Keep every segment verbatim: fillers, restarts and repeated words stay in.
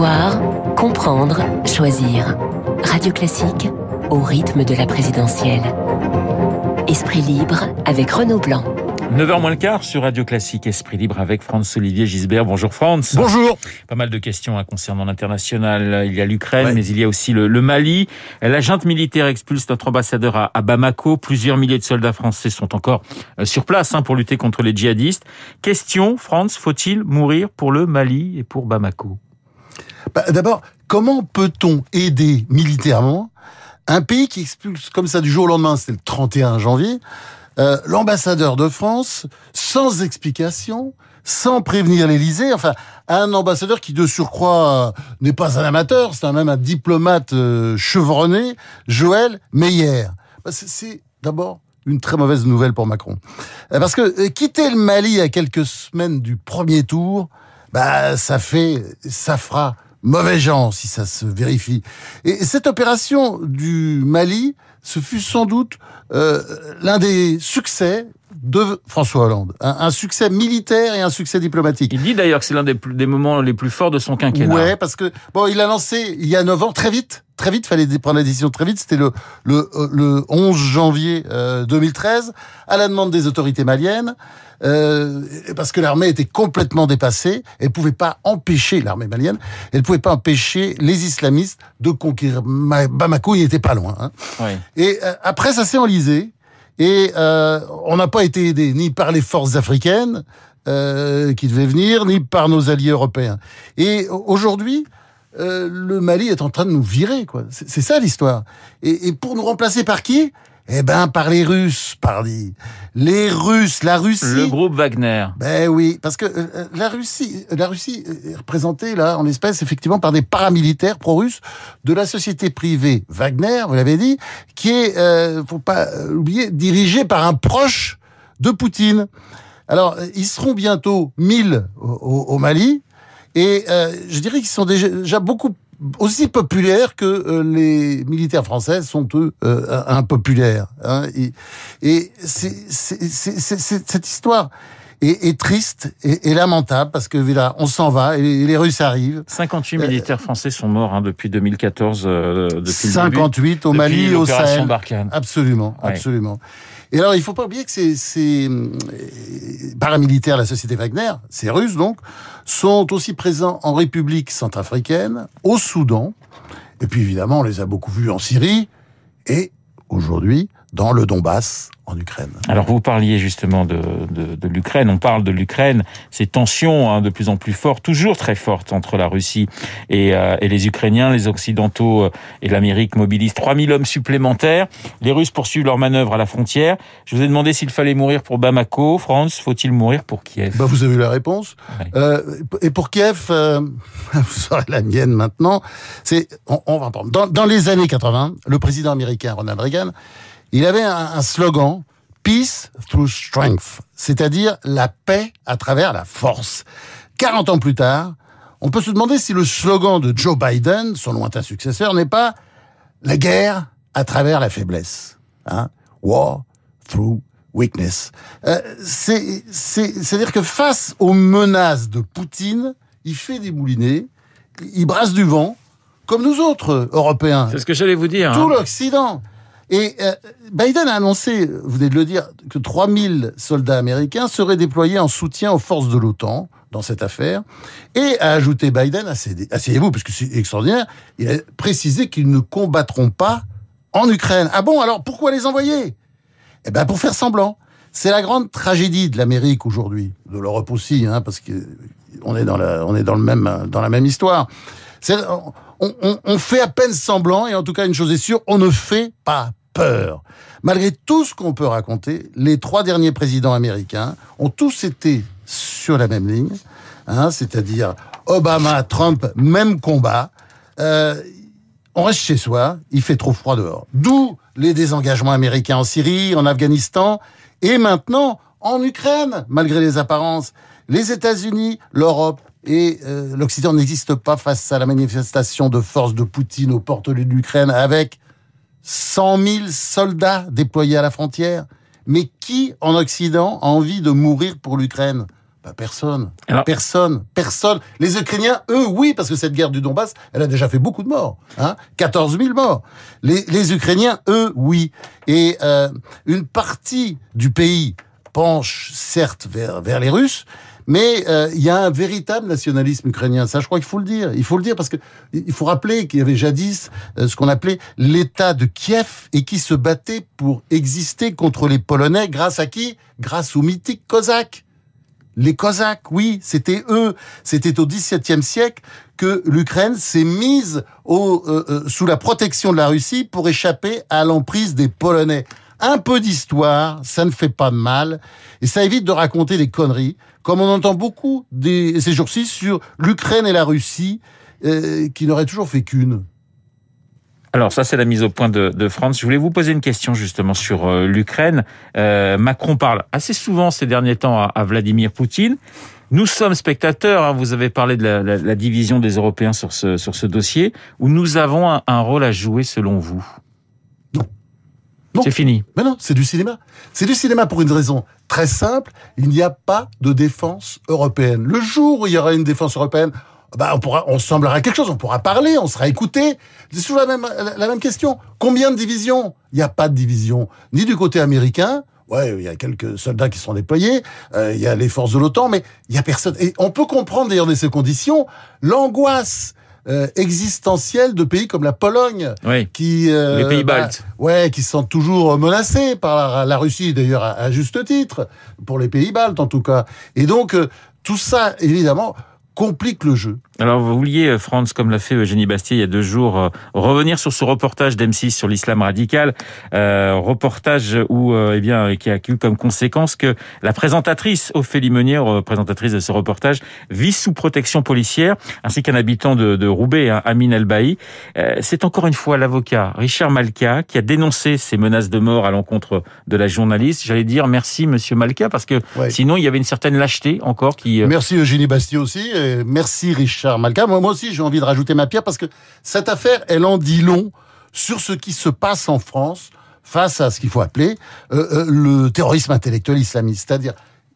Savoir, comprendre, choisir. Radio Classique, au rythme de la présidentielle. Esprit libre avec Renaud Blanc. neuf heures moins le quart sur Radio Classique, Esprit libre avec Franz-Olivier Gisbert. Bonjour Franz. Bonjour. Pas mal de questions hein, concernant l'international. Il y a l'Ukraine, ouais. mais il y a aussi le, le Mali. La junte militaire expulse notre ambassadeur à, à Bamako. Plusieurs milliers de soldats français sont encore euh, sur place hein, pour lutter contre les djihadistes. Question, Franz, faut-il mourir pour le Mali et pour Bamako ? Bah, d'abord, comment peut-on aider militairement un pays qui expulse comme ça du jour au lendemain, c'était le trente et un janvier, euh, l'ambassadeur de France, sans explication, sans prévenir l'Élysée, enfin, un ambassadeur qui de surcroît euh, n'est pas un amateur, c'est même un diplomate euh, chevronné, Joël Meyer. Bah, c'est, c'est d'abord une très mauvaise nouvelle pour Macron. Euh, parce que euh, quitter le Mali à quelques semaines du premier tour, bah, ça fait, ça fera mauvais genre si ça se vérifie. Et cette opération du Mali, ce fut sans doute euh, l'un des succès de François Hollande. Un, un succès militaire et un succès diplomatique. Il dit d'ailleurs que c'est l'un des, plus, des moments les plus forts de son quinquennat. Ouais, parce que bon, il a lancé il y a neuf ans, très vite, très vite, fallait prendre la décision très vite. C'était le le, le onze janvier euh, deux mille treize, à la demande des autorités maliennes. Euh, parce que l'armée était complètement dépassée, elle pouvait pas empêcher, l'armée malienne, elle pouvait pas empêcher les islamistes de conquérir Bamako, il n'était pas loin. Hein. Ouais. Et euh, après, ça s'est enlisé, et euh, on n'a pas été aidé ni par les forces africaines euh, qui devaient venir, ni par nos alliés européens. Et aujourd'hui, euh, le Mali est en train de nous virer, quoi. C'est, c'est ça l'histoire. Et, et pour nous remplacer par qui ? Eh ben, par les Russes, pardi. Les Russes, la Russie. Le groupe Wagner. Ben oui, parce que euh, la Russie, la Russie est représentée là, en espèce, effectivement, par des paramilitaires pro-russes de la société privée Wagner, vous l'avez dit, qui est, euh, faut pas l'oublier, dirigée par un proche de Poutine. Alors, ils seront bientôt mille au, au Mali, et euh, je dirais qu'ils sont déjà, déjà beaucoup aussi populaires que euh, les militaires français sont eux euh, impopulaires. Hein, et et c'est, c'est, c'est, c'est, c'est, cette histoire est, est triste et, et lamentable parce que là, on s'en va et les, et les Russes arrivent. cinquante-huit militaires français sont morts hein, depuis deux mille quatorze. Euh, depuis cinquante-huit le début, au Mali et au Sahel. Barkhane. Absolument, ouais. absolument. Et alors, il faut pas oublier que ces, ces paramilitaires, la société Wagner, ces Russes donc, sont aussi présents en République centrafricaine, au Soudan, et puis évidemment, on les a beaucoup vus en Syrie, et aujourd'hui, dans le Donbass, en Ukraine. Alors vous parliez justement de, de, de l'Ukraine, on parle de l'Ukraine, ces tensions hein, de plus en plus fortes, toujours très fortes entre la Russie et, euh, et les Ukrainiens, les Occidentaux et l'Amérique mobilisent trois mille hommes supplémentaires, les Russes poursuivent leur manœuvre à la frontière. Je vous ai demandé s'il fallait mourir pour Bamako, Franz, faut-il mourir pour Kiev ? Bah vous avez eu la réponse. Ouais. Euh, et pour Kiev, euh, vous saurez la mienne maintenant, c'est, on, on va prendre. Dans, dans les années quatre-vingts, le président américain Ronald Reagan, il avait un, un slogan « Peace through strength », c'est-à-dire la paix à travers la force. quarante ans plus tard, on peut se demander si le slogan de Joe Biden, son lointain successeur, n'est pas « la guerre à travers la faiblesse hein ». War through weakness. Euh, c'est, c'est, c'est-à-dire que face aux menaces de Poutine, il fait des moulinets, il brasse du vent, comme nous autres Européens. C'est ce que j'allais vous dire. Tout hein. l'Occident. Et euh, Biden a annoncé, vous venez de le dire, que trois mille soldats américains seraient déployés en soutien aux forces de l'OTAN dans cette affaire. Et a ajouté Biden, asseyez-vous, parce que c'est extraordinaire, il a précisé qu'ils ne combattront pas en Ukraine. Ah bon, alors pourquoi les envoyer ? Eh ben pour faire semblant. C'est la grande tragédie de l'Amérique aujourd'hui, de l'Europe aussi, hein, parce que on est dans la, on est dans le même, dans la même histoire. C'est, on, on, on fait à peine semblant, et en tout cas une chose est sûre, on ne fait pas peur. Malgré tout ce qu'on peut raconter, les trois derniers présidents américains ont tous été sur la même ligne, hein, c'est-à-dire Obama, Trump, même combat. Euh, on reste chez soi, il fait trop froid dehors. D'où les désengagements américains en Syrie, en Afghanistan, et maintenant en Ukraine, malgré les apparences. Les États-Unis, l'Europe et euh, l'Occident n'existent pas face à la manifestation de force de Poutine aux portes de l'Ukraine avec cent mille soldats déployés à la frontière. Mais qui, en Occident, a envie de mourir pour l'Ukraine ? Bah, personne. Alors... Personne. Personne. Les Ukrainiens, eux, oui, parce que cette guerre du Donbass, elle a déjà fait beaucoup de morts. Hein, quatorze mille morts. Les, les Ukrainiens, eux, oui. Et euh, une partie du pays penche, certes, vers, vers les Russes, mais il euh, y a un véritable nationalisme ukrainien. Ça, je crois qu'il faut le dire. Il faut le dire parce que il faut rappeler qu'il y avait jadis euh, ce qu'on appelait l'État de Kiev et qui se battait pour exister contre les Polonais grâce à qui ? Grâce aux mythiques Cosaques. Les Cosaques, oui, c'était eux. C'était au dix-septième siècle que l'Ukraine s'est mise au, euh, euh, sous la protection de la Russie pour échapper à l'emprise des Polonais. Un peu d'histoire, ça ne fait pas de mal, et ça évite de raconter des conneries, comme on entend beaucoup des, ces jours-ci sur l'Ukraine et la Russie, euh, qui n'auraient toujours fait qu'une. Alors ça, c'est la mise au point de, de France. Je voulais vous poser une question justement sur euh, l'Ukraine. Euh, Macron parle assez souvent ces derniers temps à, à Vladimir Poutine. Nous sommes spectateurs, hein, vous avez parlé de la, la, la division des Européens sur ce, sur ce dossier, où nous avons un, un rôle à jouer selon vous. Non. Non. C'est fini. Mais non, c'est du cinéma. C'est du cinéma pour une raison très simple. Il n'y a pas de défense européenne. Le jour où il y aura une défense européenne, bah, on pourra, on semblera quelque chose, on pourra parler, on sera écouté. C'est toujours la même, la, la même question. Combien de divisions ? Il n'y a pas de division. Ni du côté américain. Ouais, il y a quelques soldats qui sont déployés. Euh, il y a les forces de l'OTAN, mais il y a personne. Et on peut comprendre d'ailleurs dans ces conditions l'angoisse euh, existentielle de pays comme la Pologne, oui. qui euh, les pays bah, baltes, ouais, qui se sentent toujours menacés par la, la Russie, d'ailleurs à, à juste titre, pour les pays baltes en tout cas. Et donc euh, tout ça, évidemment, complique le jeu. Alors, vous vouliez, France, comme l'a fait Eugénie Bastier il y a deux jours, euh, revenir sur ce reportage d'M six sur l'islam radical, euh, reportage où, euh, eh bien, qui a eu comme conséquence que la présentatrice Ophélie Meunier, présentatrice de ce reportage, vit sous protection policière, ainsi qu'un habitant de, de Roubaix, hein, Amin El-Bailly. Euh, c'est encore une fois l'avocat Richard Malka qui a dénoncé ces menaces de mort à l'encontre de la journaliste. J'allais dire merci, Monsieur Malka, parce que ouais. sinon il y avait une certaine lâcheté encore qui. Euh... Merci Eugénie Bastier aussi, et merci Richard Malka. Moi, moi aussi, j'ai envie de rajouter ma pierre parce que cette affaire, elle en dit long sur ce qui se passe en France face à ce qu'il faut appeler euh, euh, le terrorisme intellectuel islamiste. C'est-à-dire,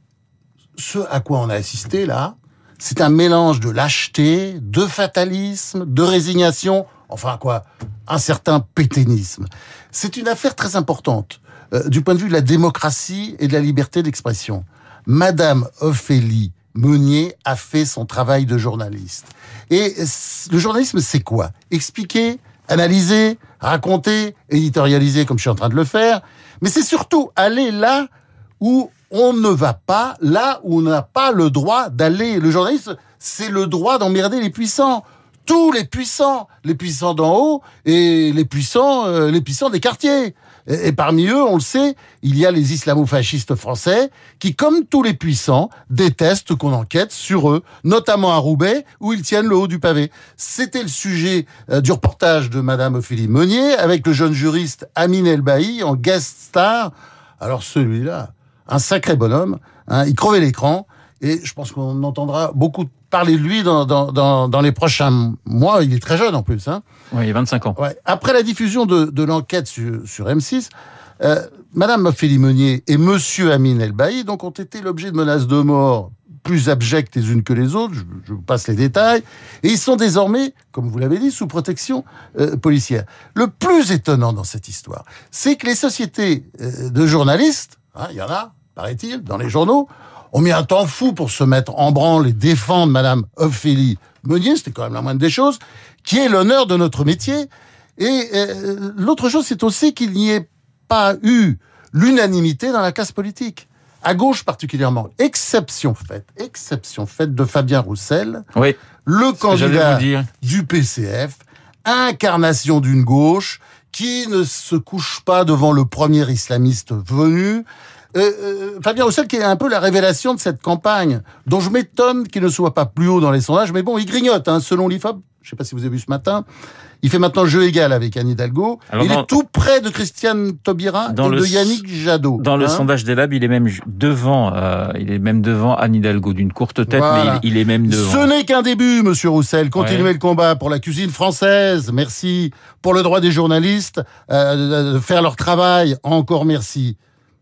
ce à quoi on a assisté là, c'est un mélange de lâcheté, de fatalisme, de résignation, enfin quoi, un certain pétainisme. C'est une affaire très importante euh, du point de vue de la démocratie et de la liberté d'expression. Madame Ophélie Meunier a fait son travail de journaliste. Et le journalisme, c'est quoi ? Expliquer, analyser, raconter, éditorialiser, comme je suis en train de le faire. Mais c'est surtout aller là où on ne va pas, là où on n'a pas le droit d'aller. Le journalisme, c'est le droit d'emmerder les puissants. Tous les puissants, les puissants d'en haut et les puissants, euh, les puissants des quartiers. Et, et parmi eux, on le sait, il y a les islamo-fascistes français qui, comme tous les puissants, détestent qu'on enquête sur eux, notamment à Roubaix, où ils tiennent le haut du pavé. C'était le sujet euh, du reportage de Madame Ophélie Meunier, avec le jeune juriste Amin El-Bailly en guest star. Alors celui-là, un sacré bonhomme, hein, il crevait l'écran, et je pense qu'on entendra beaucoup parler de lui dans, dans, dans, dans les prochains mois. Il est très jeune en plus. Hein. Oui, il a vingt-cinq ans. Ouais. Après la diffusion de, de l'enquête sur, sur M six, euh, Madame Ophélie Meunier et Monsieur Amin El-Bailly donc, ont été l'objet de menaces de mort plus abjectes les unes que les autres. Je, je vous passe les détails. Et ils sont désormais, comme vous l'avez dit, sous protection euh, policière. Le plus étonnant dans cette histoire, c'est que les sociétés euh, de journalistes, hein, il y en a, paraît-il, dans les journaux, ont mis un temps fou pour se mettre en branle et défendre Madame Ophélie Meunier, c'était quand même la moindre des choses, qui est l'honneur de notre métier. Et euh, l'autre chose, c'est aussi qu'il n'y ait pas eu l'unanimité dans la classe politique, à gauche particulièrement. Exception faite, exception faite de Fabien Roussel, oui, le candidat du P C F, incarnation d'une gauche qui ne se couche pas devant le premier islamiste venu. Euh, euh, Fabien Roussel qui est un peu la révélation de cette campagne, dont je m'étonne qu'il ne soit pas plus haut dans les sondages, mais bon, il grignote, hein, selon l'I F O P. Je ne sais pas si vous avez vu ce matin. Il fait maintenant jeu égal avec Anne Hidalgo. Alors il dans, est tout près de Christiane Taubira et de Yannick Jadot. Dans hein. le sondage des Labs, il est même devant, euh, il est même devant Anne Hidalgo d'une courte tête, voilà. mais il, il est même devant. Ce n'est qu'un début, Monsieur Roussel. Continuez ouais. le combat pour la cuisine française. Merci. Pour le droit des journalistes euh, de faire leur travail. Encore merci.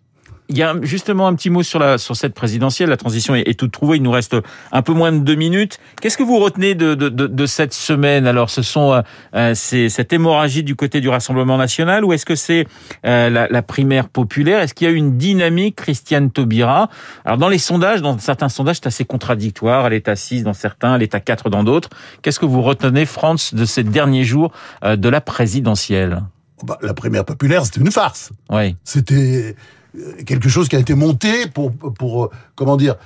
il y a justement un petit mot sur la sur cette présidentielle. La transition est, est toute trouvée. Il nous reste un peu moins de deux minutes. Qu'est-ce que vous retenez de de de, de cette semaine? Alors, ce sont euh, c'est cette hémorragie du côté du Rassemblement national, ou est-ce que c'est euh, la, la primaire populaire? Est-ce qu'il y a une dynamique, Christiane Taubira? Alors, dans les sondages, dans certains sondages, c'est assez contradictoire. Elle est à six dans certains, elle est à quatre dans d'autres. Qu'est-ce que vous retenez, France, de ces derniers jours euh, de la présidentielle? Bah, la primaire populaire, c'était une farce. Oui. C'était quelque chose qui a été monté pour, pour comment dire,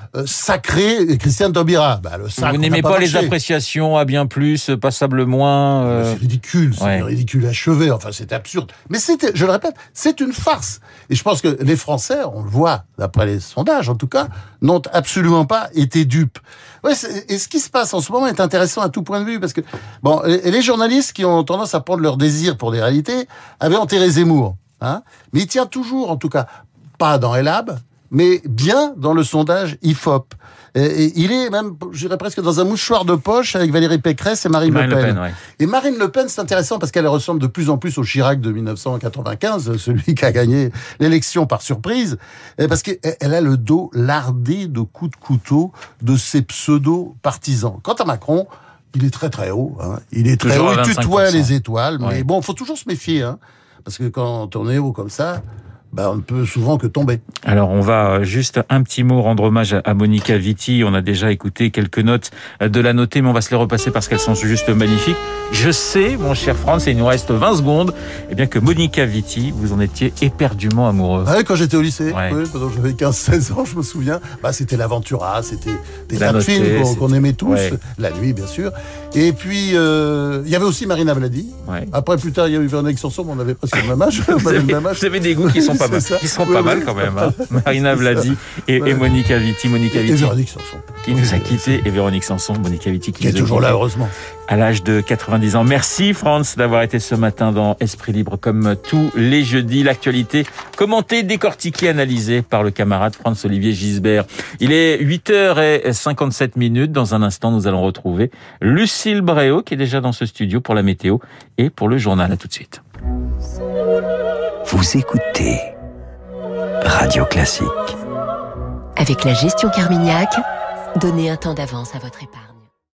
sacrer Christiane Taubira. Bah, le sacre, vous n'aimez pas, pas les appréciations à bien plus, passable moins euh... C'est ridicule, c'est ouais. ridicule à chevet, enfin c'est absurde. Mais c'était, je le répète, c'est une farce. Et je pense que les Français, on le voit, d'après les sondages en tout cas, n'ont absolument pas été dupes. Ouais, et ce qui se passe en ce moment est intéressant à tout point de vue, parce que bon, et les journalistes qui ont tendance à prendre leur désir pour des réalités avaient enterré Zemmour. Hein, mais il tient toujours, en tout cas, pas dans Elab, mais bien dans le sondage I F O P. Et, et il est même, je dirais presque dans un mouchoir de poche avec Valérie Pécresse et Marine, Marine Le Pen. Le Pen ouais. Et Marine Le Pen, c'est intéressant parce qu'elle ressemble de plus en plus au Chirac de dix-neuf cent quatre-vingt-quinze, celui qui a gagné l'élection par surprise, parce qu'elle a le dos lardé de coups de couteau de ses pseudo-partisans. Quant à Macron, il est très très haut. Hein. Il est très Toujours haut, il tutoie les étoiles, mais ouais. bon, il faut toujours se méfier, hein, parce que quand on est haut comme ça, bah, on ne peut souvent que tomber. Alors, on va juste un petit mot rendre hommage à Monica Vitti. On a déjà écouté quelques notes de la notée, mais on va se les repasser parce qu'elles sont juste magnifiques. Je sais, mon cher Franz, et il nous reste vingt secondes, eh bien que Monica Vitti, vous en étiez éperdument amoureux. Ah oui, quand j'étais au lycée, ouais. oui, quand j'avais quinze seize ans, je me souviens, bah, c'était l'Aventura, c'était des tas de films qu'on, qu'on aimait tous, ouais. La nuit, bien sûr. Et puis, euh, il y avait aussi Marina Vladi. Ouais. Après, plus tard, il y a eu Véronique Sanson, mais on avait presque le même âge. Vous, avez, même âge. Vous avez des goûts qui sont pas mal, qui sont oui, pas oui. mal quand même. Hein. Marina Vladi et, ouais. et Monica Vitti. Monica Vitti. Et Véronique Sanson. Qui nous a quittés. Et Véronique Sanson, Monica Vitti qui, qui est toujours là, heureusement. À l'âge de quatre-vingt-dix ans. Merci, Franz, d'avoir été ce matin dans Esprit Libre, comme tous les jeudis. L'actualité commentée, décortiquée, analysée par le camarade Franz-Olivier Gisbert. Il est huit heures cinquante-sept minutes. Dans un instant, nous allons retrouver Lucille Bréau, qui est déjà dans ce studio pour la météo et pour le journal. À tout de suite. Vous écoutez Radio Classique. Avec la gestion Carmignac, donnez un temps d'avance à votre épargne.